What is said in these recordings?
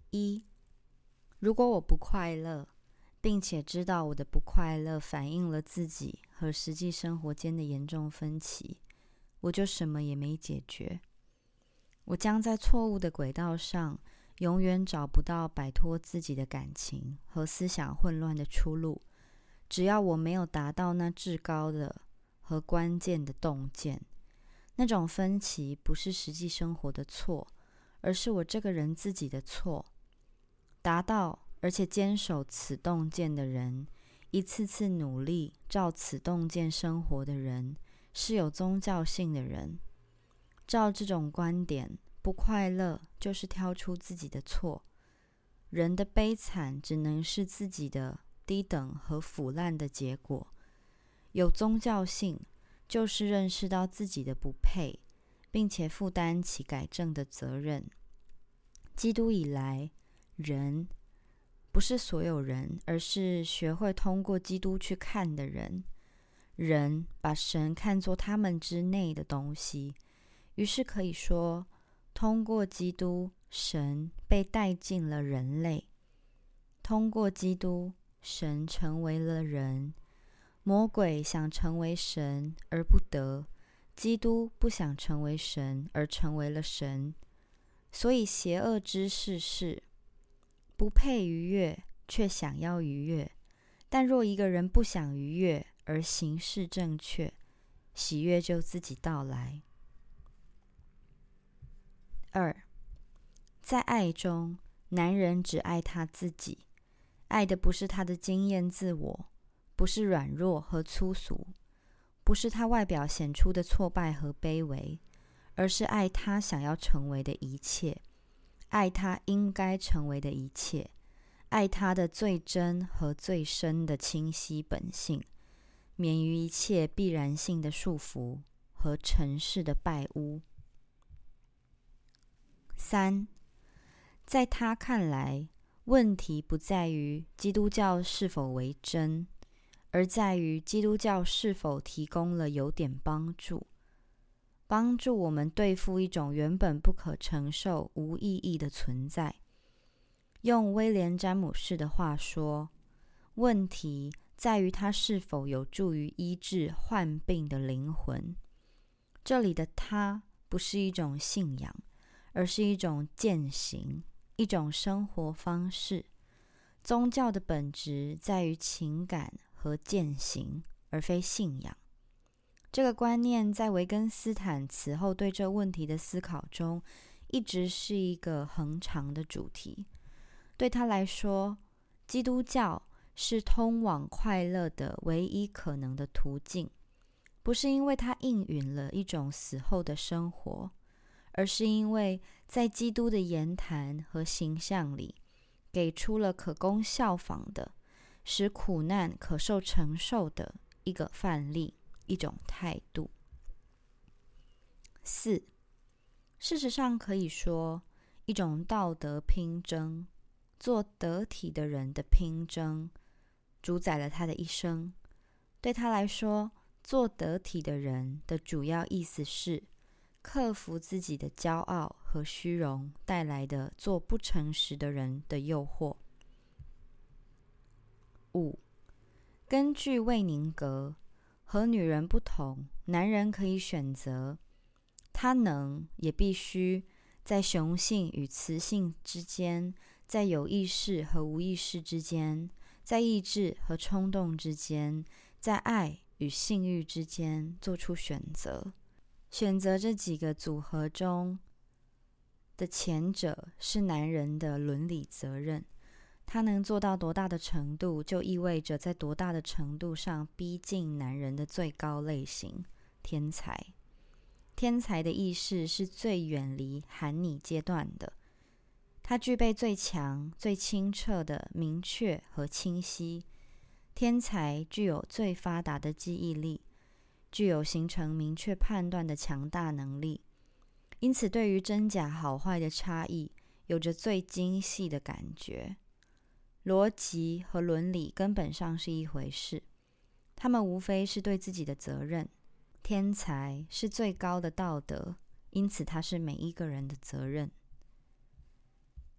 一，如果我不快乐，并且知道我的不快乐反映了自己和实际生活间的严重分歧，我就什么也没解决。我将在错误的轨道上，永远找不到摆脱自己的感情和思想混乱的出路。只要我没有达到那至高的和关键的洞见，那种分歧不是实际生活的错，而是我这个人自己的错。达到而且坚守此洞见的人，一次次努力照此洞见生活的人，是有宗教性的人。照这种观点，不快乐就是挑出自己的错，人的悲惨只能是自己的低等和腐烂的结果。有宗教性就是认识到自己的不配，并且负担起改正的责任。基督以来，人不是所有人，而是学会通过基督去看的人。人把神看作他们之内的东西，于是可以说，通过基督，神被带进了人类。通过基督，神成为了人。魔鬼想成为神而不得，基督不想成为神而成为了神。所以邪恶之士是不配逾越，却想要逾越。但若一个人不想逾越而行事正确，喜悦就自己到来。2，在爱中，男人只爱他自己，爱的不是他的经验自我，不是软弱和粗俗，不是他外表显出的挫败和卑微，而是爱他想要成为的一切，爱他应该成为的一切，爱他的最真和最深的清晰本性，免于一切必然性的束缚和尘世的败污。3，在他看来，问题不在于基督教是否为真，而在于基督教是否提供了有点帮助我们对付一种原本不可承受、无意义的存在。用威廉·詹姆士的话说，问题在于它是否有助于医治患病的灵魂。这里的它不是一种信仰，而是一种践行，一种生活方式。宗教的本质在于情感和践行，而非信仰。这个观念在维根斯坦此后对这问题的思考中，一直是一个恒长的主题。对他来说，基督教是通往快乐的唯一可能的途径，不是因为他应允了一种死后的生活，而是因为在基督的言谈和形象里，给出了可供效仿的，使苦难可受承受的一个范例，一种态度。4，事实上可以说，一种道德拼争，做得体的人的拼争，主宰了他的一生。对他来说，做得体的人的主要意思是克服自己的骄傲和虚荣带来的做不诚实的人的诱惑。5，根据魏宁格，和女人不同，男人可以选择，他能也必须在雄性与雌性之间，在有意识和无意识之间，在意志和冲动之间，在爱与性欲之间做出选择。选择这几个组合中的前者是男人的伦理责任，他能做到多大的程度，就意味着在多大的程度上逼近男人的最高类型——天才。天才的意识是最远离含拟阶段的，它具备最强、最清澈的明确和清晰。天才具有最发达的记忆力，具有形成明确判断的强大能力，因此对于真假好坏的差异有着最精细的感觉。逻辑和伦理根本上是一回事，他们无非是对自己的责任。天才是最高的道德，因此它是每一个人的责任。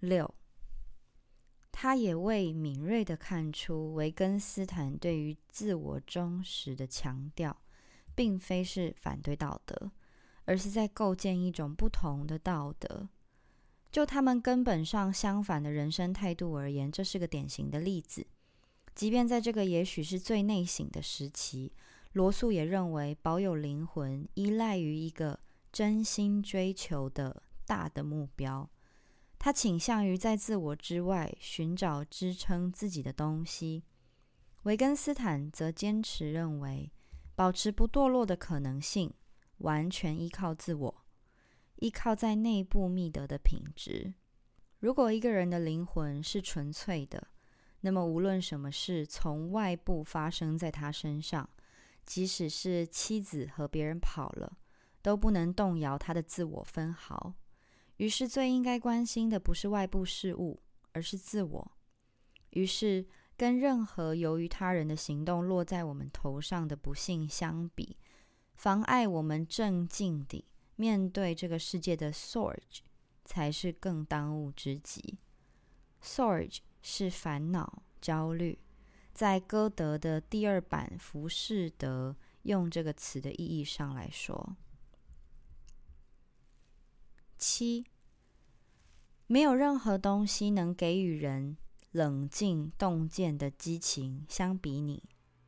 6，他也未敏锐地看出维根斯坦对于自我忠实的强调，并非是反对道德，而是在构建一种不同的道德。就他们根本上相反的人生态度而言，这是个典型的例子。即便在这个也许是最内省的时期，罗素也认为保有灵魂依赖于一个真心追求的大的目标。他倾向于在自我之外寻找支撑自己的东西。维根斯坦则坚持认为，保持不堕落的可能性完全依靠自我，依靠在内部觅得的品质。如果一个人的灵魂是纯粹的，那么无论什么事从外部发生在他身上，即使是妻子和别人跑了，都不能动摇他的自我分毫。于是最应该关心的不是外部事物，而是自我。于是跟任何由于他人的行动落在我们头上的不幸相比，妨碍我们镇静地面对这个世界的 Sorge 才是更当务之急。 Sorge 是烦恼、焦虑，在歌德的第2版《浮士德》用这个词的意义上来说。7，没有任何东西能给予人冷静洞见的激情相比你。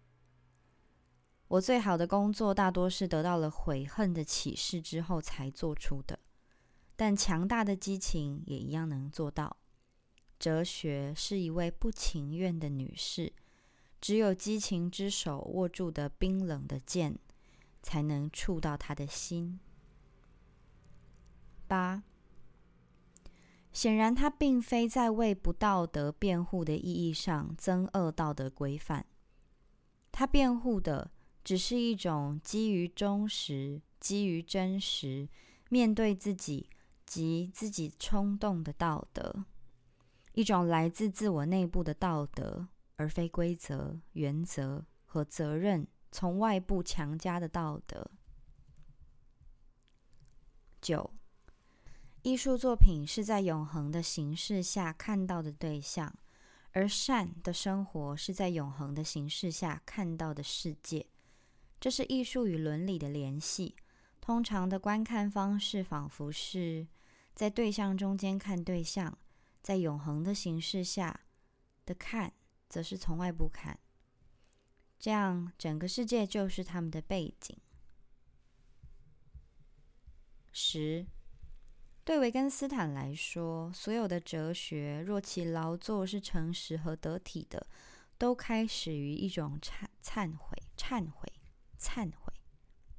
我最好的工作大多是得到了悔恨的启示之后才做出的，但强大的激情也一样能做到。哲学是一位不情愿的女士，只有激情之手握住的冰冷的剑，才能触到她的心。8，显然他并非在为不道德辩护的意义上增恶道德规范，他辩护的只是一种基于忠实、基于真实，面对自己及自己冲动的道德，一种来自自我内部的道德，而非规则、原则和责任从外部强加的道德。9，艺术作品是在永恒的形式下看到的对象，而善的生活是在永恒的形式下看到的世界。这是艺术与伦理的联系。通常的观看方式仿佛是在对象中间看对象，在永恒的形式下的看则是从外部看，这样整个世界就是他们的背景。10，对维根斯坦来说，所有的哲学若其劳作是诚实和得体的，都开始于一种忏悔。